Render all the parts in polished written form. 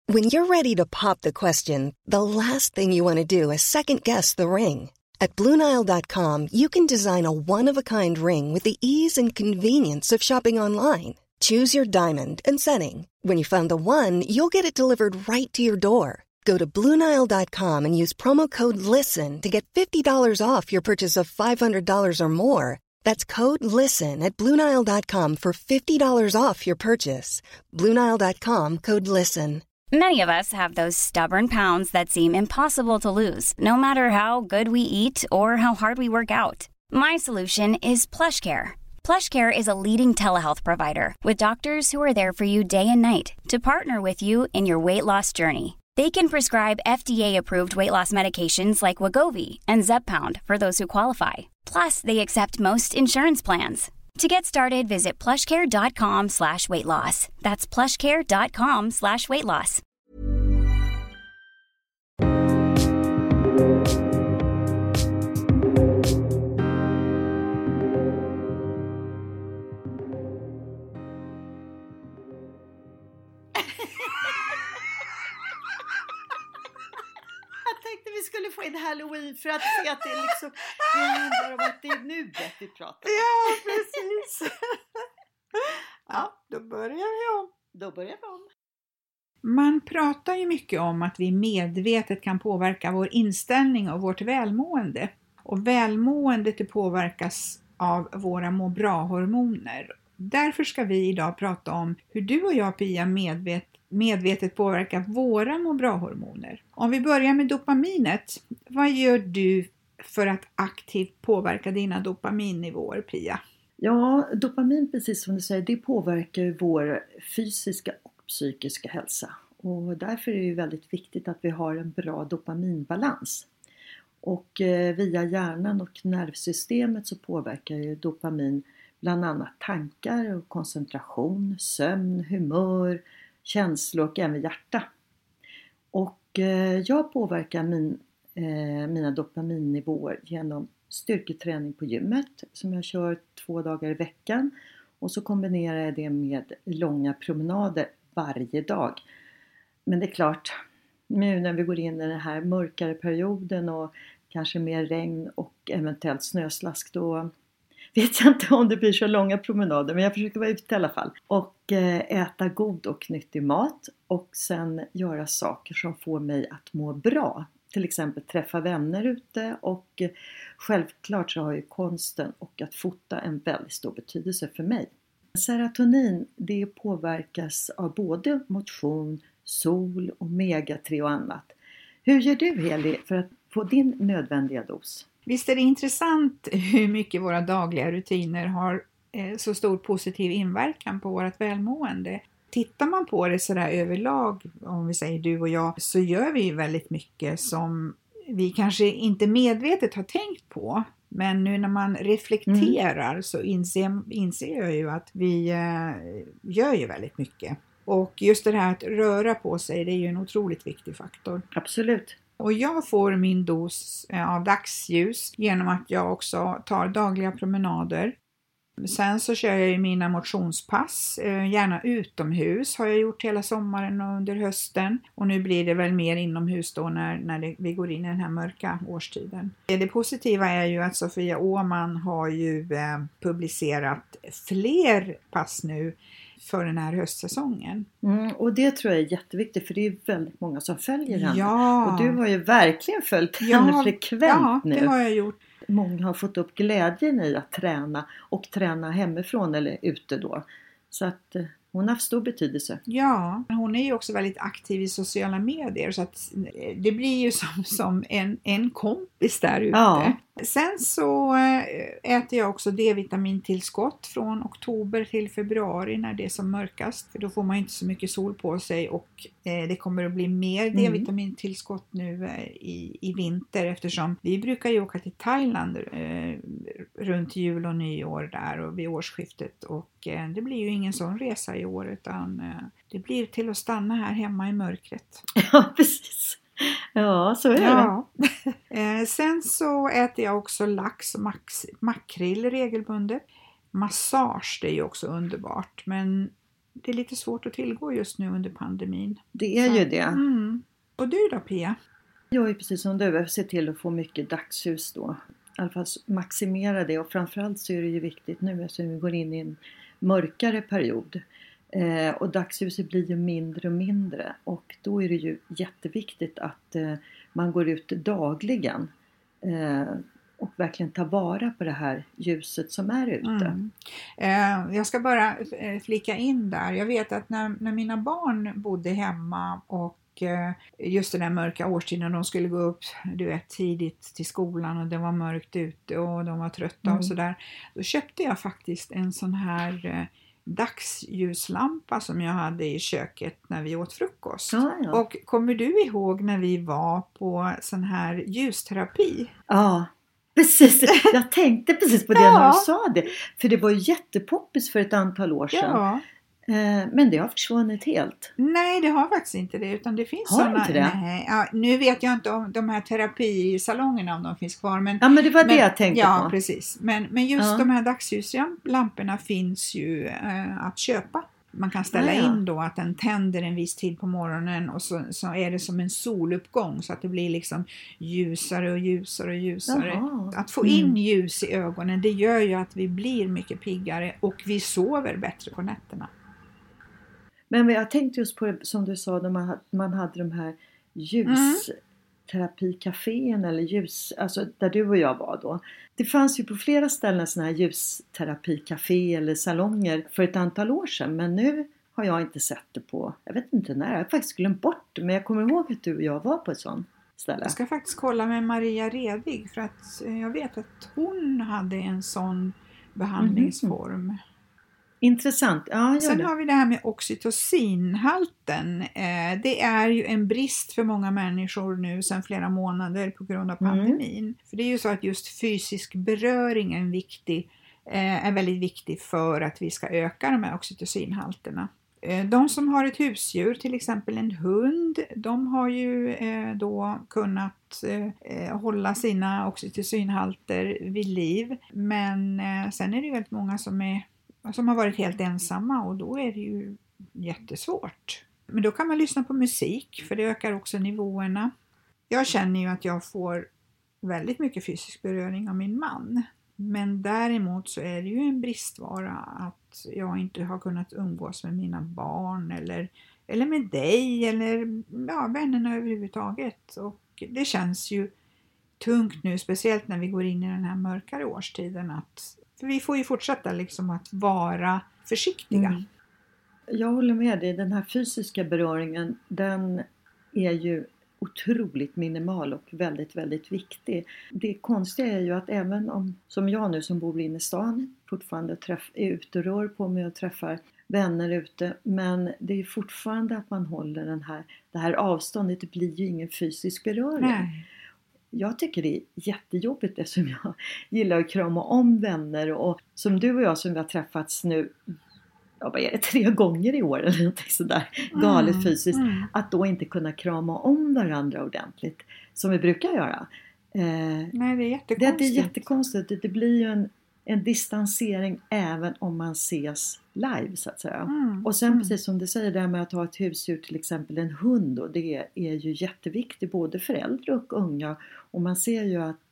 When you're ready to pop the question, the last thing you want to do is second-guess the ring. At BlueNile.com, you can design a one-of-a-kind ring with the ease and convenience of shopping online. Choose your diamond and setting. When you find the one, you'll get it delivered right to your door. Go to BlueNile.com and use promo code LISTEN to get $50 off your purchase of $500 or more. That's code LISTEN at BlueNile.com for $50 off your purchase. BlueNile.com, code LISTEN. Many of us have those stubborn pounds that seem impossible to lose, no matter how good we eat or how hard we work out. My solution is PlushCare. PlushCare is a leading telehealth provider with doctors who are there for you day and night to partner with you in your weight loss journey. They can prescribe FDA-approved weight loss medications like Wegovy and Zepbound for those who qualify. Plus, they accept most insurance plans. To get started, visit plushcare.com/weightloss. That's plushcare.com/weightloss. Jag tänkte vi skulle få in Halloween för att se att det är liksom, det handlar om att det är nuet vi pratar om. Ja, precis. Ja, då börjar vi om. Man pratar ju mycket om att vi medvetet kan påverka vår inställning och vårt välmående. Och välmåendet det påverkas av våra må bra-hormoner. Därför ska vi idag prata om hur du och jag, Pia, medvetet påverkar våra må bra-hormoner. Om vi börjar med dopaminet, vad gör du för att aktivt påverka dina dopaminnivåer, Pia? Ja, dopamin, precis som du säger, det påverkar vår fysiska och psykiska hälsa. Och därför är det ju väldigt viktigt att vi har en bra dopaminbalans. Och via hjärnan och nervsystemet så påverkar ju dopamin bland annat tankar och koncentration, sömn, humör, känslor och även hjärta. Och jag påverkar mina dopaminnivåer genom styrketräning på gymmet som jag kör 2 dagar i veckan. Och så kombinerar jag det med långa promenader varje dag. Men det är klart, nu när vi går in i den här mörkare perioden och kanske mer regn och eventuellt snöslask, då vet jag inte om det blir så långa promenader, men jag försöker vara ute i alla fall. Och äta god och nyttig mat och sen göra saker som får mig att må bra. Till exempel träffa vänner ute och självklart så har ju konsten och att fota en väldigt stor betydelse för mig. Serotonin, det påverkas av både motion, sol, omega-3 och annat. Hur gör du, Heli, för att få din nödvändiga dos? Visst är det intressant hur mycket våra dagliga rutiner har så stor positiv inverkan på vårt välmående. Tittar man på det sådär överlag, om vi säger du och jag, så gör vi väldigt mycket som vi kanske inte medvetet har tänkt på. Men nu när man reflekterar så inser jag ju att vi gör ju väldigt mycket. Och just det här att röra på sig, det är ju en otroligt viktig faktor. Absolut. Och jag får min dos av dagsljus genom att jag också tar dagliga promenader. Sen så kör jag ju mina motionspass, gärna utomhus har jag gjort hela sommaren och under hösten. Och nu blir det väl mer inomhus då när vi går in i den här mörka årstiden. Det positiva är ju att Sofia Åhman har ju publicerat fler pass nu för den här höstsäsongen. Och det tror jag är jätteviktigt, för det är väldigt många som följer henne. Ja. Och du har ju verkligen följt henne frekvent nu. Ja, det har jag gjort. Många har fått upp glädjen i att träna och träna hemifrån eller ute då. Så att hon har haft stor betydelse. Ja, hon är ju också väldigt aktiv i sociala medier så att det blir ju som en kompis där ute. Ja. Sen så äter jag också D-vitamintillskott från oktober till februari när det är som mörkast. För då får man inte så mycket sol på sig och det kommer att bli mer D-vitamintillskott nu i vinter. Eftersom vi brukar ju åka till Thailand runt jul och nyår där och vid årsskiftet. Och det blir ju ingen sån resa i år utan det blir till att stanna här hemma i mörkret. Ja, precis. Ja, så är det. Ja. Sen så äter jag också lax och makrill regelbundet. Massage, det är ju också underbart. Men det är lite svårt att tillgå just nu under pandemin. Det är ju det. Mm. Och du då, Pia? Jag är precis som du, ser till att få mycket dagsljus då. I alla fall maximera det, och framförallt så är det ju viktigt nu eftersom vi går in i en mörkare period. Och dagsljuset blir ju mindre och mindre, och då är det ju jätteviktigt att man går ut dagligen och verkligen tar vara på det här ljuset som är ute. Jag ska bara flika in där. Jag vet att när mina barn bodde hemma och just den där mörka årstiden, de skulle gå upp tidigt till skolan och det var mörkt ute och de var trötta och sådär. Då köpte jag faktiskt en sån här dagsljuslampa som jag hade i köket när vi åt frukost. Ja. Och kommer du ihåg när vi var på sån här ljusterapi? Ja, precis. Jag tänkte precis på det när du sa det. För det var jättepoppis för ett antal år sedan. Ja. Men det har försvunnit helt. Nej, det har faktiskt inte det, utan det finns har sådana. Inte det? Nej, nu vet jag inte om de här terapisalongerna om de finns kvar. Men det var det jag tänkte på. Ja, precis. Men just de här dagsljuslamporna finns ju att köpa. Man kan ställa in då att den tänder en viss tid på morgonen och så är det som en soluppgång så att det blir liksom ljusare och ljusare och ljusare. Jaha. Att få in ljus i ögonen, det gör ju att vi blir mycket piggare och vi sover bättre på nätterna. Men jag tänkte just på det som du sa, när man hade de här ljusterapikaféerna eller alltså där du och jag var då. Det fanns ju på flera ställen sådana här ljusterapikafé eller salonger för ett antal år sedan. Men nu har jag inte sett det på, jag vet inte när, jag har faktiskt glömt bort det. Men jag kommer ihåg att du och jag var på ett sådant ställe. Jag ska faktiskt kolla med Maria Redig för att jag vet att hon hade en sån behandlingsform. Intressant. Ja, sen har vi det här med oxytocinhalten. Det är ju en brist för många människor nu sedan flera månader på grund av pandemin. För det är ju så att just fysisk beröring är väldigt viktig för att vi ska öka de här oxytocinhalterna. De som har ett husdjur, till exempel en hund, de har ju då kunnat hålla sina oxytocinhalter vid liv. Men sen är det ju väldigt många som har varit helt ensamma och då är det ju jättesvårt. Men då kan man lyssna på musik för det ökar också nivåerna. Jag känner ju att jag får väldigt mycket fysisk beröring av min man. Men däremot så är det ju en bristvara att jag inte har kunnat umgås med mina barn eller med dig eller vännerna överhuvudtaget. Och det känns ju tungt nu, speciellt när vi går in i den här mörkare årstiden. För vi får ju fortsätta liksom att vara försiktiga. Jag håller med dig, den här fysiska beröringen, den är ju otroligt minimal och väldigt, väldigt viktig. Det konstiga är ju att även om, som jag nu som bor inne i stan, fortfarande är ute och rör på mig och träffar vänner ute. Men det är ju fortfarande att man håller det här avståndet, det blir ju ingen fysisk beröring. Nej. Jag tycker det är jättejobbigt eftersom jag gillar att krama om vänner. Och som du och jag som vi har träffats nu, vad är det, 3 gånger i år eller något sådär galet fysiskt. Att då inte kunna krama om varandra ordentligt som vi brukar göra. Nej, det är jättekonstigt. Det är jättekonstigt. Det blir ju en distansering även om man ses live så att säga. Och sen precis som du säger där med att ha ett husdjur, till exempel en hund. Och det är ju jätteviktigt både för äldre och unga. Och man ser ju att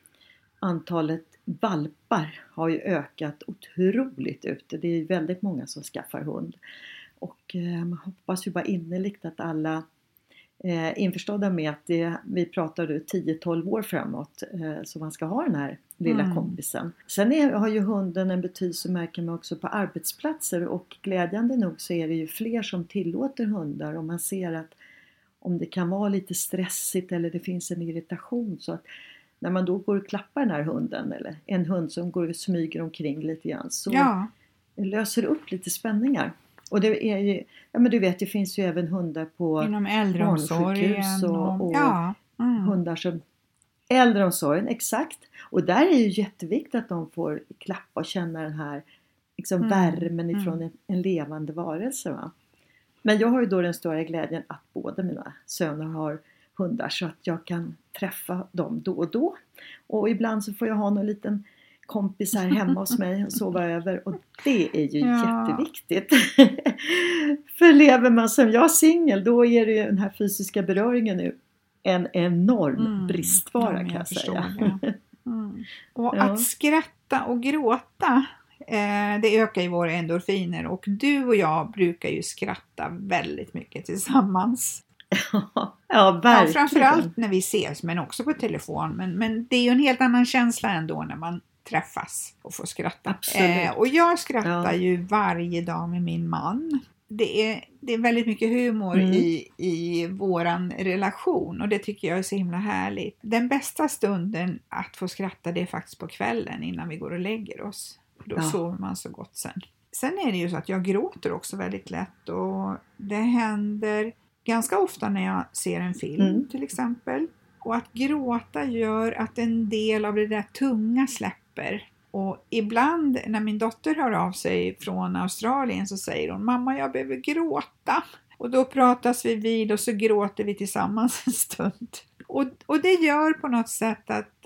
antalet valpar har ju ökat otroligt ute. Det är väldigt många som skaffar hund. Och man hoppas ju bara innerligt att alla införstådda med att vi pratar 10-12 år framåt så man ska ha den här lilla kompisen. Sen har ju hunden en betydelse, märker man också på arbetsplatser, och glädjande nog så är det ju fler som tillåter hundar, och man ser att om det kan vara lite stressigt eller det finns en irritation, så att när man då går och klappar den här hunden eller en hund som går och smyger omkring lite grann, så löser upp lite spänningar. Och det är ju, men du vet, det finns ju även hundar på inom äldreomsorgen och hundar som äldreomsorgen, exakt. Och där är ju jätteviktigt att de får klappa och känna den här liksom värmen ifrån en levande varelse. Va? Men jag har ju då den stora glädjen att båda mina söner har hundar, så att jag kan träffa dem då och då. Och ibland så får jag ha någon liten kompisar hemma hos mig och sova över. Och det är ju jätteviktigt. För lever man som jag singel, då är det ju den här fysiska beröringen nu en enorm bristvara kan jag säga. Och att skratta och gråta, det ökar ju våra endorfiner. Och du och jag brukar ju skratta väldigt mycket tillsammans. Ja, verkligen. Ja, framförallt när vi ses, men också på telefon. Men det är ju en helt annan känsla ändå när man träffas och får skratta. Och jag skrattar ju varje dag med min man. Det är väldigt mycket humor i våran relation, och det tycker jag är så himla härligt. Den bästa stunden att få skratta, det är faktiskt på kvällen innan vi går och lägger oss. Då sover man så gott sen. Sen är det ju så att jag gråter också väldigt lätt, och det händer ganska ofta när jag ser en film till exempel. Och att gråta gör att en del av det där tunga släpper. Och ibland när min dotter hör av sig från Australien så säger hon: mamma, jag behöver gråta. Och då pratas vi vid och så gråter vi tillsammans en stund. Och det gör på något sätt att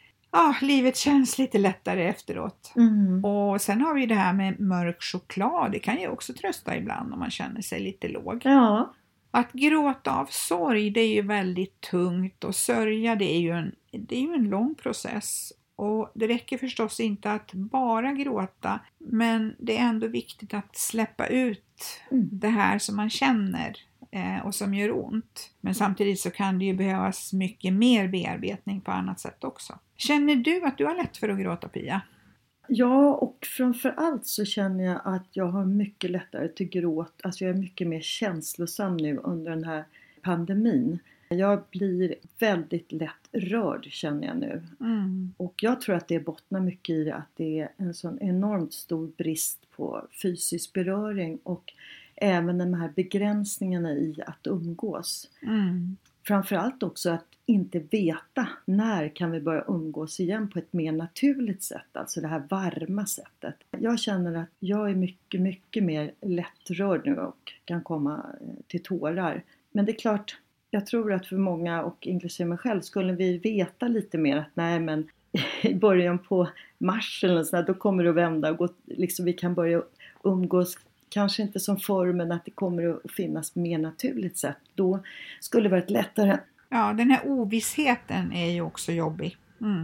livet känns lite lättare efteråt. Och sen har vi det här med mörk choklad. Det kan ju också trösta ibland om man känner sig lite låg. Ja. Att gråta av sorg, det är ju väldigt tungt, och sörja, det är ju en lång process. Och det räcker förstås inte att bara gråta, men det är ändå viktigt att släppa ut det här som man känner och som gör ont. Men samtidigt så kan det ju behövas mycket mer bearbetning på annat sätt också. Känner du att du har lätt för att gråta, Pia? Ja, och framförallt så känner jag att jag har mycket lättare till gråt. Alltså jag är mycket mer känslosam nu under den här pandemin. Jag blir väldigt lätt rörd, känner jag nu. Och jag tror att det bottnar mycket i att det är en sån enormt stor brist på fysisk beröring. Och även de här begränsningarna i att umgås. Framförallt också att inte veta när kan vi börja umgås igen på ett mer naturligt sätt. Alltså det här varma sättet. Jag känner att jag är mycket, mycket mer lättrörd nu och kan komma till tårar. Men det är klart, jag tror att för många, och inklusive mig själv, skulle vi veta lite mer att nej, men i början på mars eller så där, då kommer det att vända och gå, liksom vi kan börja umgås. Kanske inte som förr, men att det kommer att finnas mer naturligt sätt. Då skulle det varit lättare. Ja, den här ovissheten är ju också jobbig.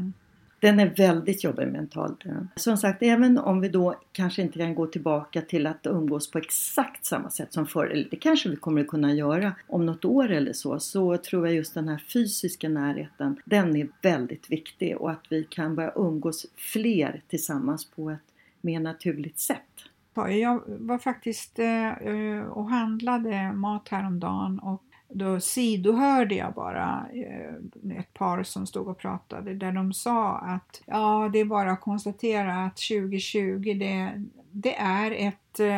Den är väldigt jobbig mentalt. Som sagt, även om vi då kanske inte kan gå tillbaka till att umgås på exakt samma sätt som förr. Eller det kanske vi kommer att kunna göra om något år eller så. Så tror jag just den här fysiska närheten, den är väldigt viktig. Och att vi kan börja umgås fler tillsammans på ett mer naturligt sätt. Jag var faktiskt och handlade mat häromdagen, och då sidohörde jag bara ett par som stod och pratade där de sa att det är bara att konstatera att 2020 det är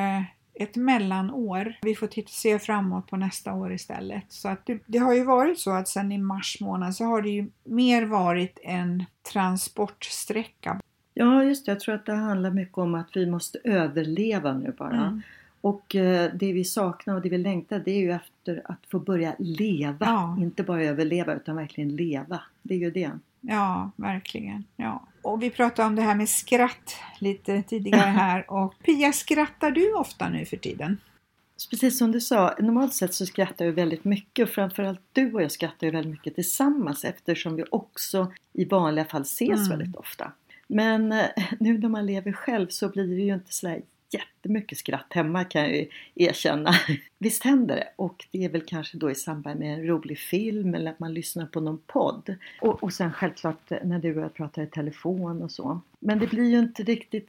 ett mellanår. Vi får se framåt på nästa år istället. Så att det har ju varit så att sen i mars månad så har det ju mer varit en transportsträcka. Ja, just det. Jag tror att det handlar mycket om att vi måste överleva nu bara. Och det vi saknar och det vi längtar, det är ju efter att få börja leva. Ja. Inte bara överleva utan verkligen leva. Det är ju det. Ja, verkligen. Ja. Och vi pratade om det här med skratt lite tidigare här. Och Pia, skrattar du ofta nu för tiden? Precis som du sa, normalt sett så skrattar jag väldigt mycket. Och framförallt du och jag skrattar ju väldigt mycket tillsammans, eftersom vi också i vanliga fall ses väldigt ofta. Men nu när man lever själv så blir det ju inte så jättemycket skratt hemma, kan jag ju erkänna. Visst händer det, och det är väl kanske då i samband med en rolig film eller att man lyssnar på någon podd. Och sen självklart när du och jag pratar i telefon och så. Men det blir ju inte riktigt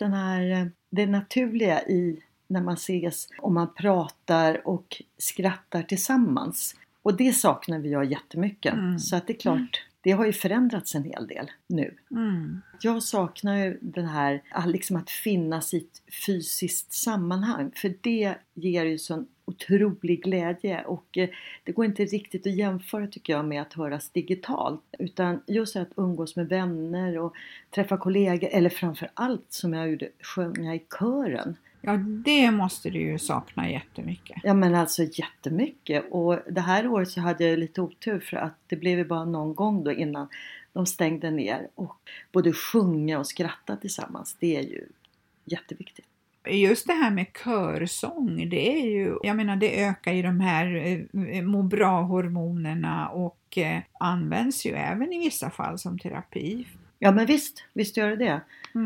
det naturliga i när man ses och man pratar och skrattar tillsammans. Och det saknar vi ju jättemycket. Så att det är klart, det har ju förändrats en hel del nu. Jag saknar ju den här, liksom att finnas i ett fysiskt sammanhang. För det ger ju sån otrolig glädje. Och det går inte riktigt att jämföra, tycker jag, med att höras digitalt. Utan just att umgås med vänner och träffa kollegor. Eller framförallt, som jag gjorde, sjunga i kören. Ja, det måste du ju sakna jättemycket. Ja, men alltså jättemycket. Och det här året så hade jag lite otur, för att det blev ju bara någon gång då innan de stängde ner. Och både sjunga och skratta tillsammans, det är ju jätteviktigt. Just det här med körsång, det är ju, jag menar, det ökar ju de här må bra-hormonerna och används ju även i vissa fall som terapi. Ja, men visst gör det.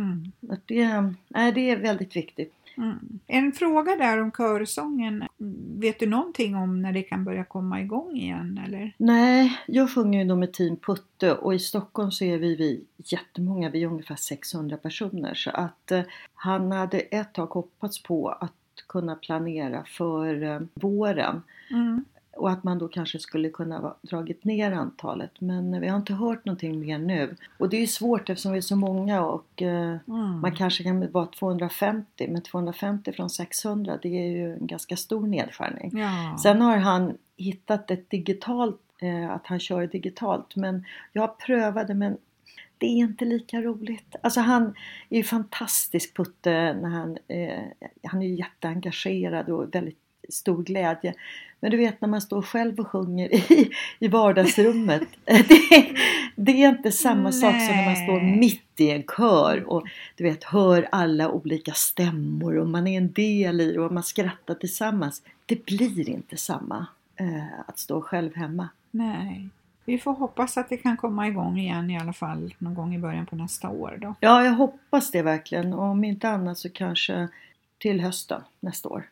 Det är väldigt viktigt. En fråga där om körsången. Vet du någonting om när det kan börja komma igång igen? Eller? Nej, jag sjunger ju då med Team Putte och i Stockholm så är vi jättemånga, vi är ungefär 600 personer. Så att han hade ett tag hoppats på att kunna planera för våren. Och att man då kanske skulle kunna ha dragit ner antalet. Men vi har inte hört någonting mer nu. Och det är ju svårt eftersom vi är så många och man kanske kan vara 250. Men 250 från 600, det är ju en ganska stor nedskärning. Ja. Sen har han hittat ett digitalt, att han kör digitalt. Men jag prövade, men det är inte lika roligt. Alltså han är ju fantastisk, Putte, när han är ju jätteengagerad och väldigt stor glädje. Men du vet när man står själv och sjunger i vardagsrummet. Det är inte samma sak som när man står mitt i en kör. Och du vet, hör alla olika stämmor. Och man är en del i det och man skrattar tillsammans. Det blir inte samma att stå själv hemma. Nej. Vi får hoppas att det kan komma igång igen i alla fall någon gång i början på nästa år då. Ja, jag hoppas det verkligen. Och om inte annat så kanske till hösten nästa år.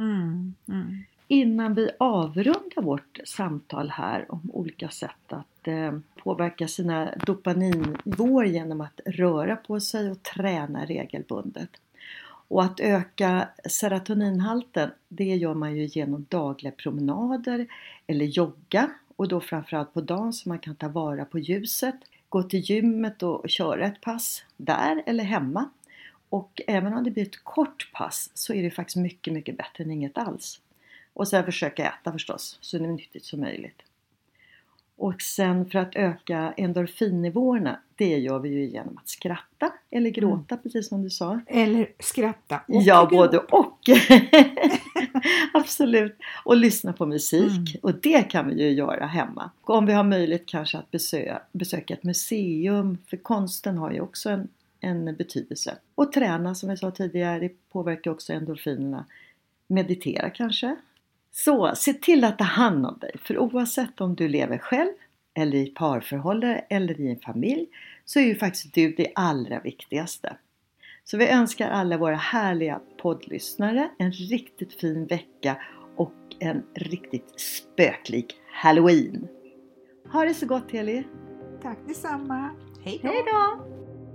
Innan vi avrundar vårt samtal här om olika sätt att påverka sina dopaminnivåer genom att röra på sig och träna regelbundet. Och att öka serotoninhalten, det gör man ju genom dagliga promenader eller jogga. Och då framförallt på dagen så man kan ta vara på ljuset. Gå till gymmet och köra ett pass där eller hemma. Och även om det blir ett kort pass så är det faktiskt mycket, mycket bättre än inget alls. Och sen försöka äta förstås så det är nyttigt som möjligt. Och sen för att öka endorfinnivåerna, det gör vi ju genom att skratta eller gråta, precis som du sa. Eller skratta och ja, både och. Absolut. Och lyssna på musik. Och det kan vi ju göra hemma. Och om vi har möjlighet kanske att besöka ett museum. För konsten har ju också en betydelse. Och träna, som jag sa tidigare, det påverkar också endorfinerna. Meditera kanske. Så se till att ta hand om dig. För oavsett om du lever själv eller i parförhållande eller i en familj så är ju faktiskt du det allra viktigaste. Så vi önskar alla våra härliga poddlyssnare en riktigt fin vecka och en riktigt spöklik Halloween. Ha det så gott, Heli. Tack detsamma. Hej då. Hej då.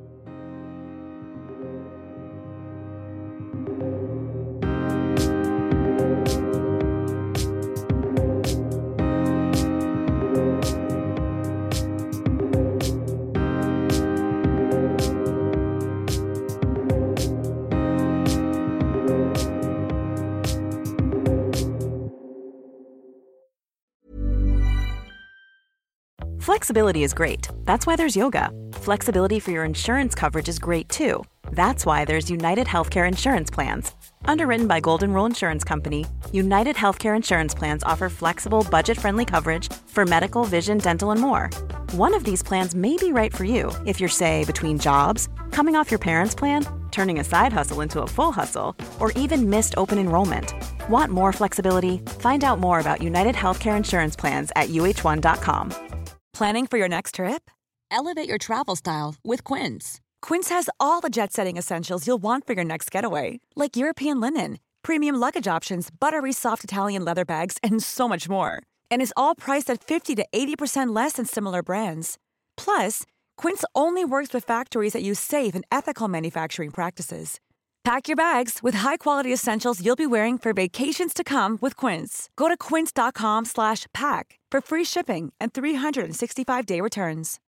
Flexibility is great. That's why there's yoga. Flexibility for your insurance coverage is great too. That's why there's United Healthcare Insurance Plans. Underwritten by Golden Rule Insurance Company, United Healthcare Insurance Plans offer flexible, budget-friendly coverage for medical, vision, dental, and more. One of these plans may be right for you if you're, say, between jobs, coming off your parents' plan, turning a side hustle into a full hustle, or even missed open enrollment. Want more flexibility? Find out more about United Healthcare Insurance Plans at uh1.com. Planning for your next trip? Elevate your travel style with Quince. Quince has all the jet-setting essentials you'll want for your next getaway, like European linen, premium luggage options, buttery soft Italian leather bags, and so much more. And is all priced at 50 to 80% less than similar brands. Plus, Quince only works with factories that use safe and ethical manufacturing practices. Pack your bags with high-quality essentials you'll be wearing for vacations to come with Quince. Go to quince.com/pack for free shipping and 365-day returns.